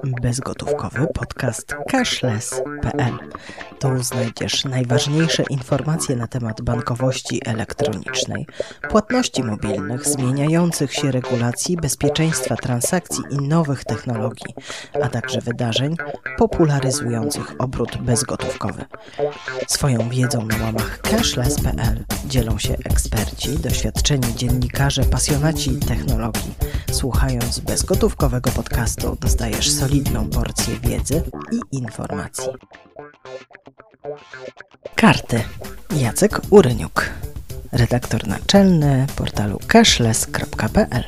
bezgotówkowy podcast cashless.pl. Tu znajdziesz najważniejsze informacje na temat bankowości elektronicznej, płatności mobilnych, zmieniających się regulacji, bezpieczeństwa transakcji i nowych technologii, a także wydarzeń popularyzujących obrót bezgotówkowy. Swoją wiedzą na łamach cashless.pl dzielą się eksperci, doświadczeni dziennikarze, pasjonaci technologii. Słuchając bezgotówkowego podcastu dostajesz solidną porcję wiedzy i informacji. Karty. Jacek Uryniuk, redaktor naczelny portalu cashless.pl.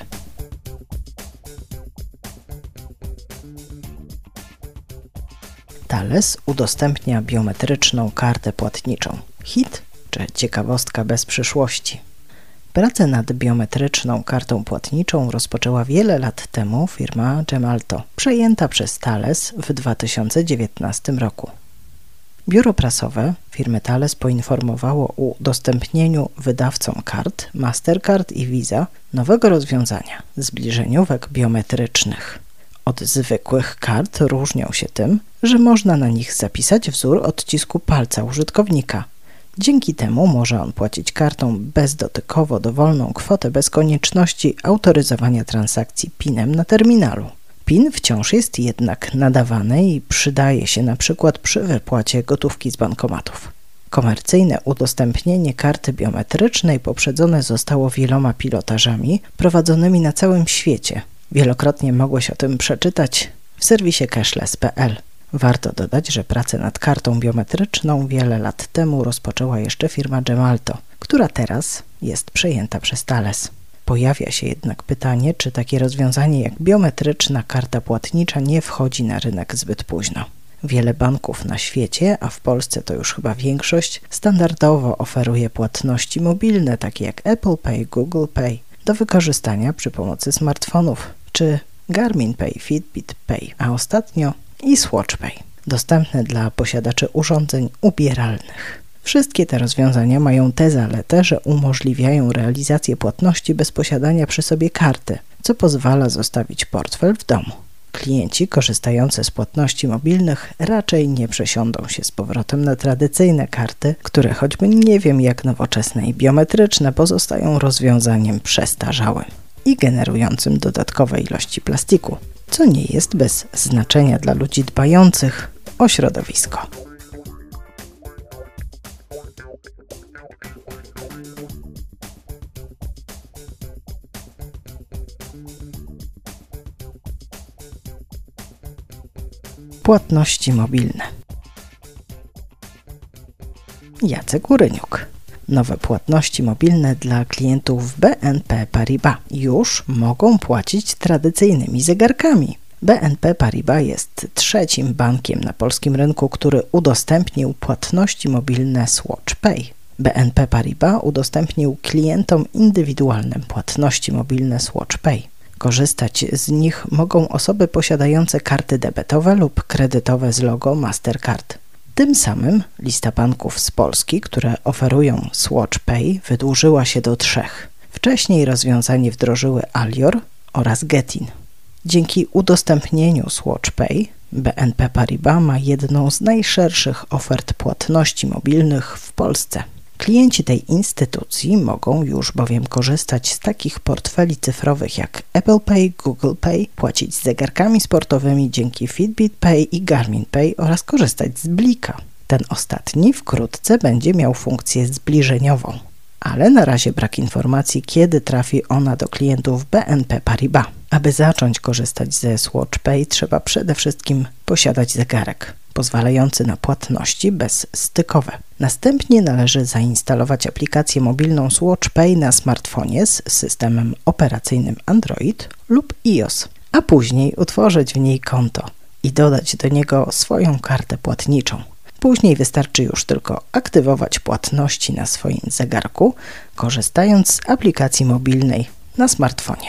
Thales udostępnia biometryczną kartę płatniczą. Hit czy ciekawostka bez przyszłości? Pracę nad biometryczną kartą płatniczą rozpoczęła wiele lat temu firma Gemalto, przejęta przez Thales w 2019 roku. Biuro prasowe firmy Thales poinformowało o udostępnieniu wydawcom kart Mastercard i Visa nowego rozwiązania zbliżeniówek biometrycznych. Od zwykłych kart różnią się tym, że można na nich zapisać wzór odcisku palca użytkownika. Dzięki temu może on płacić kartą bezdotykowo dowolną kwotę bez konieczności autoryzowania transakcji PIN-em na terminalu. PIN wciąż jest jednak nadawany i przydaje się na przykład przy wypłacie gotówki z bankomatów. Komercyjne udostępnienie karty biometrycznej poprzedzone zostało wieloma pilotażami prowadzonymi na całym świecie. Wielokrotnie mogłeś o tym przeczytać w serwisie cashless.pl. Warto dodać, że pracę nad kartą biometryczną wiele lat temu rozpoczęła jeszcze firma Gemalto, która teraz jest przejęta przez Thales. Pojawia się jednak pytanie, czy takie rozwiązanie jak biometryczna karta płatnicza nie wchodzi na rynek zbyt późno. Wiele banków na świecie, a w Polsce to już chyba większość, standardowo oferuje płatności mobilne, takie jak Apple Pay, Google Pay, do wykorzystania przy pomocy smartfonów, czy Garmin Pay, Fitbit Pay, a ostatnio i Swatch Pay, dostępne dla posiadaczy urządzeń ubieralnych. Wszystkie te rozwiązania mają tę zaletę, że umożliwiają realizację płatności bez posiadania przy sobie karty, co pozwala zostawić portfel w domu. Klienci korzystający z płatności mobilnych raczej nie przesiądą się z powrotem na tradycyjne karty, które choćby nie wiem jak nowoczesne i biometryczne pozostają rozwiązaniem przestarzałym i generującym dodatkowe ilości plastiku, co nie jest bez znaczenia dla ludzi dbających o środowisko. Płatności mobilne. Jacek Uryniuk. Nowe płatności mobilne dla klientów BNP Paribas już mogą płacić tradycyjnymi zegarkami. BNP Paribas jest trzecim bankiem na polskim rynku, który udostępnił płatności mobilne Swatch Pay. BNP Paribas udostępnił klientom indywidualne płatności mobilne Swatch Pay. Korzystać z nich mogą osoby posiadające karty debetowe lub kredytowe z logo Mastercard. Tym samym lista banków z Polski, które oferują Swatch Pay, wydłużyła się do 3. Wcześniej rozwiązanie wdrożyły Alior oraz Getin. Dzięki udostępnieniu Swatch Pay BNP Paribas ma jedną z najszerszych ofert płatności mobilnych w Polsce. Klienci tej instytucji mogą już bowiem korzystać z takich portfeli cyfrowych jak Apple Pay, Google Pay, płacić z zegarkami sportowymi dzięki Fitbit Pay i Garmin Pay oraz korzystać z Blika. Ten ostatni wkrótce będzie miał funkcję zbliżeniową, ale na razie brak informacji, kiedy trafi ona do klientów BNP Paribas. Aby zacząć korzystać ze Swatch Pay, trzeba przede wszystkim posiadać zegarek pozwalający na płatności bezstykowe. Następnie należy zainstalować aplikację mobilną Swatch Pay na smartfonie z systemem operacyjnym Android lub iOS, a później utworzyć w niej konto i dodać do niego swoją kartę płatniczą. Później wystarczy już tylko aktywować płatności na swoim zegarku, korzystając z aplikacji mobilnej na smartfonie.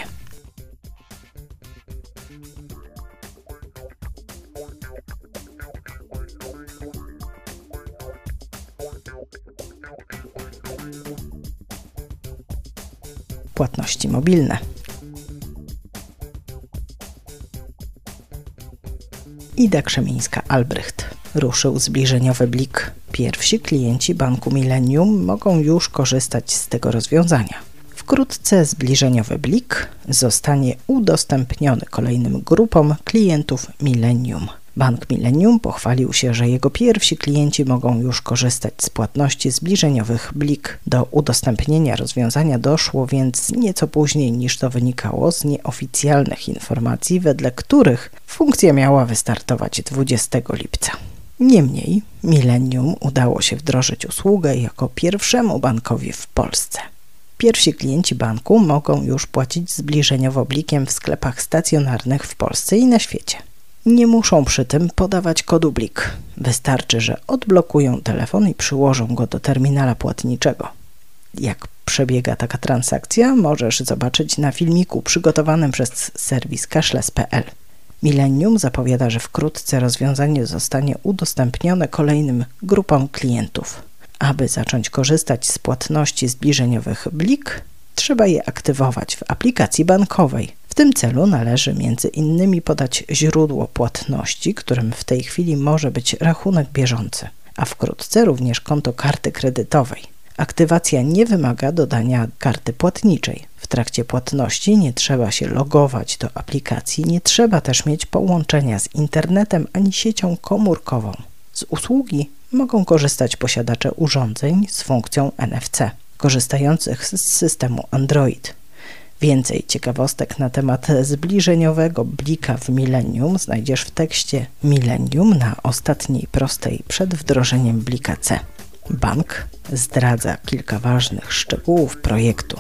Płatności mobilne. Ida Krzemińska-Albrecht. Ruszył zbliżeniowy blik. Pierwsi klienci Banku Millennium mogą już korzystać z tego rozwiązania. Wkrótce zbliżeniowy blik zostanie udostępniony kolejnym grupom klientów Millennium. Bank Millennium pochwalił się, że jego pierwsi klienci mogą już korzystać z płatności zbliżeniowych blik. Do udostępnienia rozwiązania doszło więc nieco później niż to wynikało z nieoficjalnych informacji, wedle których funkcja miała wystartować 20 lipca. Niemniej Millennium udało się wdrożyć usługę jako pierwszemu bankowi w Polsce. Pierwsi klienci banku mogą już płacić zbliżeniowo blikiem w sklepach stacjonarnych w Polsce i na świecie. Nie muszą przy tym podawać kodu blik. Wystarczy, że odblokują telefon i przyłożą go do terminala płatniczego. Jak przebiega taka transakcja, możesz zobaczyć na filmiku przygotowanym przez serwis cashless.pl. Millennium zapowiada, że wkrótce rozwiązanie zostanie udostępnione kolejnym grupom klientów. Aby zacząć korzystać z płatności zbliżeniowych blik, trzeba je aktywować w aplikacji bankowej. W tym celu należy między innymi podać źródło płatności, którym w tej chwili może być rachunek bieżący, a wkrótce również konto karty kredytowej. Aktywacja nie wymaga dodania karty płatniczej. W trakcie płatności nie trzeba się logować do aplikacji, nie trzeba też mieć połączenia z internetem ani siecią komórkową. Z usługi mogą korzystać posiadacze urządzeń z funkcją NFC, korzystających z systemu Android. Więcej ciekawostek na temat zbliżeniowego blika w Millennium znajdziesz w tekście Millennium na ostatniej prostej przed wdrożeniem blika C. Bank zdradza kilka ważnych szczegółów projektu.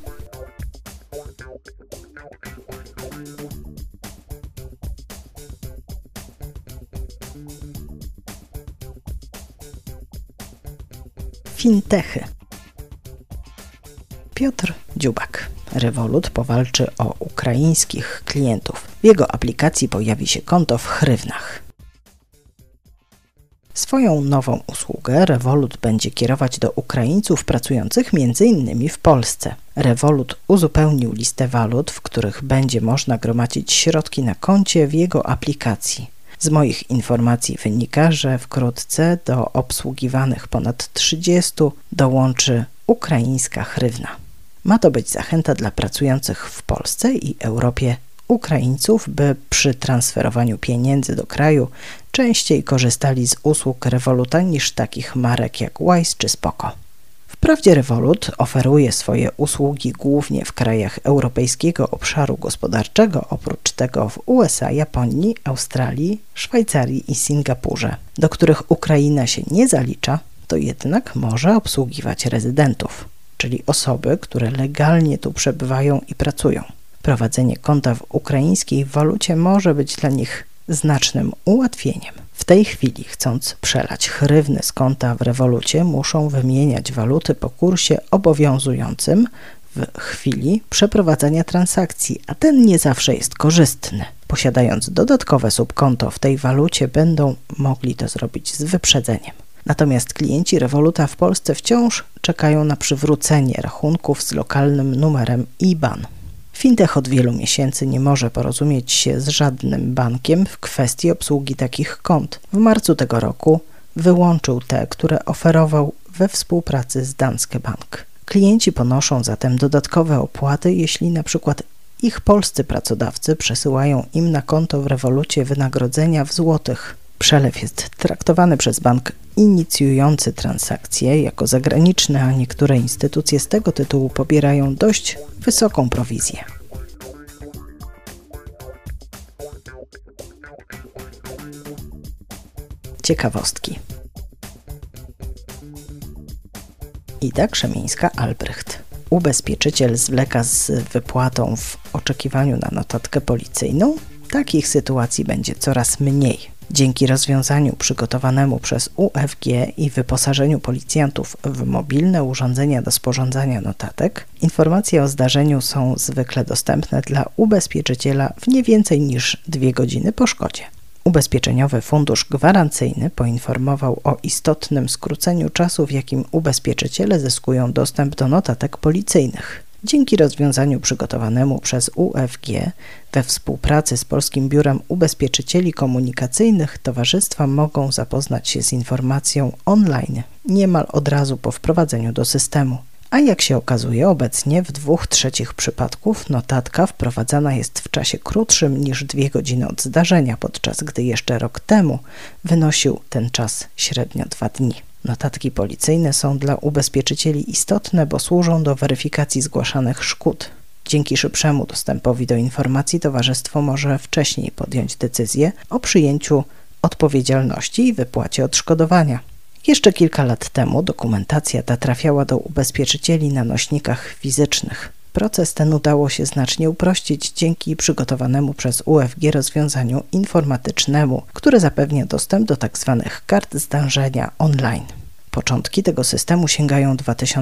Fintechy. Piotr Dziubak. Revolut powalczy o ukraińskich klientów. W jego aplikacji pojawi się konto w hrywnach. Swoją nową usługę Revolut będzie kierować do Ukraińców pracujących m.in. w Polsce. Revolut uzupełnił listę walut, w których będzie można gromadzić środki na koncie w jego aplikacji. Z moich informacji wynika, że wkrótce do obsługiwanych ponad 30 dołączy ukraińska hrywna. Ma to być zachęta dla pracujących w Polsce i Europie Ukraińców, by przy transferowaniu pieniędzy do kraju częściej korzystali z usług Revoluta niż takich marek jak Wise czy Spoko. Wprawdzie Revolut oferuje swoje usługi głównie w krajach Europejskiego Obszaru Gospodarczego, oprócz tego w USA, Japonii, Australii, Szwajcarii i Singapurze, do których Ukraina się nie zalicza, to jednak może obsługiwać rezydentów, czyli osoby, które legalnie tu przebywają i pracują. Prowadzenie konta w ukraińskiej walucie może być dla nich znacznym ułatwieniem. W tej chwili, chcąc przelać hrywny z konta w Revolucie, muszą wymieniać waluty po kursie obowiązującym w chwili przeprowadzania transakcji, a ten nie zawsze jest korzystny. Posiadając dodatkowe subkonto w tej walucie, będą mogli to zrobić z wyprzedzeniem. Natomiast klienci Revoluta w Polsce wciąż czekają na przywrócenie rachunków z lokalnym numerem IBAN. Fintech od wielu miesięcy nie może porozumieć się z żadnym bankiem w kwestii obsługi takich kont. W marcu tego roku wyłączył te, które oferował we współpracy z Danske Bank. Klienci ponoszą zatem dodatkowe opłaty, jeśli na przykład ich polscy pracodawcy przesyłają im na konto w Revolucie wynagrodzenia w złotych. Przelew jest traktowany przez bank inicjujący transakcje jako zagraniczny, a niektóre instytucje z tego tytułu pobierają dość wysoką prowizję. Ciekawostki. Ida Krzemińska-Albrecht. Ubezpieczyciel zwleka z wypłatą w oczekiwaniu na notatkę policyjną? Takich sytuacji będzie coraz mniej. Dzięki rozwiązaniu przygotowanemu przez UFG i wyposażeniu policjantów w mobilne urządzenia do sporządzania notatek, informacje o zdarzeniu są zwykle dostępne dla ubezpieczyciela w nie więcej niż 2 godziny po szkodzie. Ubezpieczeniowy Fundusz Gwarancyjny poinformował o istotnym skróceniu czasu, w jakim ubezpieczyciele zyskują dostęp do notatek policyjnych. Dzięki rozwiązaniu przygotowanemu przez UFG we współpracy z Polskim Biurem Ubezpieczycieli Komunikacyjnych towarzystwa mogą zapoznać się z informacją online niemal od razu po wprowadzeniu do systemu. A jak się okazuje, obecnie w 2/3 przypadków notatka wprowadzana jest w czasie krótszym niż 2 godziny od zdarzenia, podczas gdy jeszcze rok temu wynosił ten czas średnio 2 dni. Notatki policyjne są dla ubezpieczycieli istotne, bo służą do weryfikacji zgłaszanych szkód. Dzięki szybszemu dostępowi do informacji towarzystwo może wcześniej podjąć decyzję o przyjęciu odpowiedzialności i wypłacie odszkodowania. Jeszcze kilka lat temu dokumentacja ta trafiała do ubezpieczycieli na nośnikach fizycznych. Proces ten udało się znacznie uprościć dzięki przygotowanemu przez UFG rozwiązaniu informatycznemu, które zapewnia dostęp do tzw. kart zdarzenia online. Początki tego systemu sięgają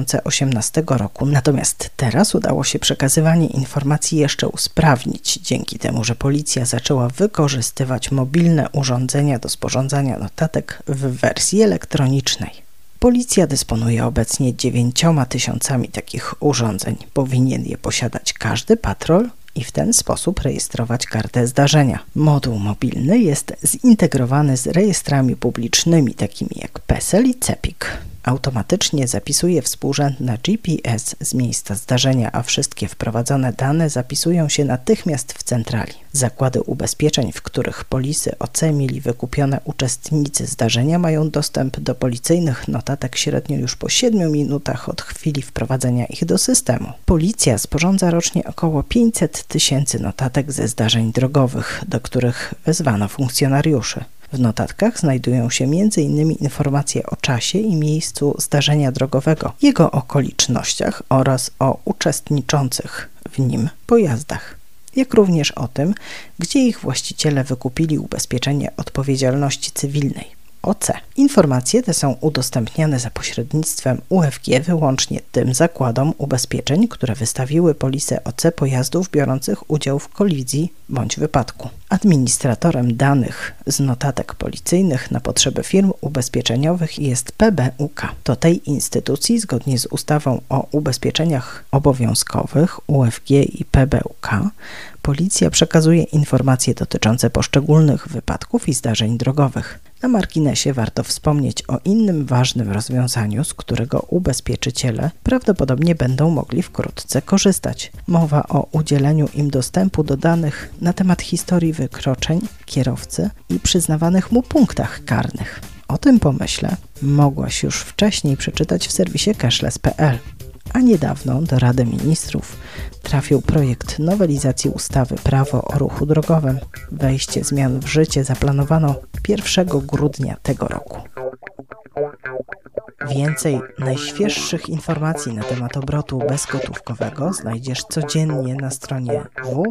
2018 roku, natomiast teraz udało się przekazywanie informacji jeszcze usprawnić, dzięki temu, że policja zaczęła wykorzystywać mobilne urządzenia do sporządzania notatek w wersji elektronicznej. Policja dysponuje obecnie 9 000 takich urządzeń. Powinien je posiadać każdy patrol i w ten sposób rejestrować kartę zdarzenia. Moduł mobilny jest zintegrowany z rejestrami publicznymi, takimi jak PESEL i CEPiK. Automatycznie zapisuje współrzędne GPS z miejsca zdarzenia, a wszystkie wprowadzone dane zapisują się natychmiast w centrali. Zakłady ubezpieczeń, w których polisy OC mieli wykupione uczestnicy zdarzenia, mają dostęp do policyjnych notatek średnio już po 7 minutach od chwili wprowadzenia ich do systemu. Policja sporządza rocznie około 500 000 notatek ze zdarzeń drogowych, do których wezwano funkcjonariuszy. W notatkach znajdują się m.in. informacje o czasie i miejscu zdarzenia drogowego, jego okolicznościach oraz o uczestniczących w nim pojazdach, jak również o tym, gdzie ich właściciele wykupili ubezpieczenie odpowiedzialności cywilnej. OC. Informacje te są udostępniane za pośrednictwem UFG wyłącznie tym zakładom ubezpieczeń, które wystawiły polisę OC pojazdów biorących udział w kolizji bądź wypadku. Administratorem danych z notatek policyjnych na potrzeby firm ubezpieczeniowych jest PBUK. Do tej instytucji, zgodnie z ustawą o ubezpieczeniach obowiązkowych UFG i PBUK, policja przekazuje informacje dotyczące poszczególnych wypadków i zdarzeń drogowych. Na marginesie warto wspomnieć o innym ważnym rozwiązaniu, z którego ubezpieczyciele prawdopodobnie będą mogli wkrótce korzystać. Mowa o udzieleniu im dostępu do danych na temat historii wykroczeń kierowcy i przyznawanych mu punktach karnych. O tym pomyśle mogłaś już wcześniej przeczytać w serwisie cashless.pl. A niedawno do Rady Ministrów trafił projekt nowelizacji ustawy Prawo o ruchu drogowym. Wejście zmian w życie zaplanowano 1 grudnia tego roku. Więcej najświeższych informacji na temat obrotu bezgotówkowego znajdziesz codziennie na stronie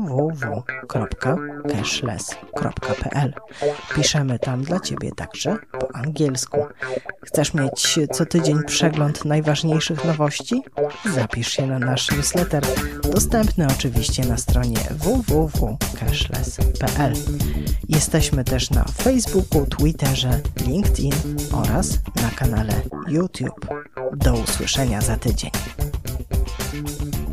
www.cashless.pl. Piszemy tam dla Ciebie także po angielsku. Chcesz mieć co tydzień przegląd najważniejszych nowości? Zapisz się na nasz newsletter, dostępny oczywiście na stronie www.cashless.pl. Jesteśmy też na Facebooku, Twitterze, LinkedIn oraz na kanale YouTube. Do usłyszenia za tydzień.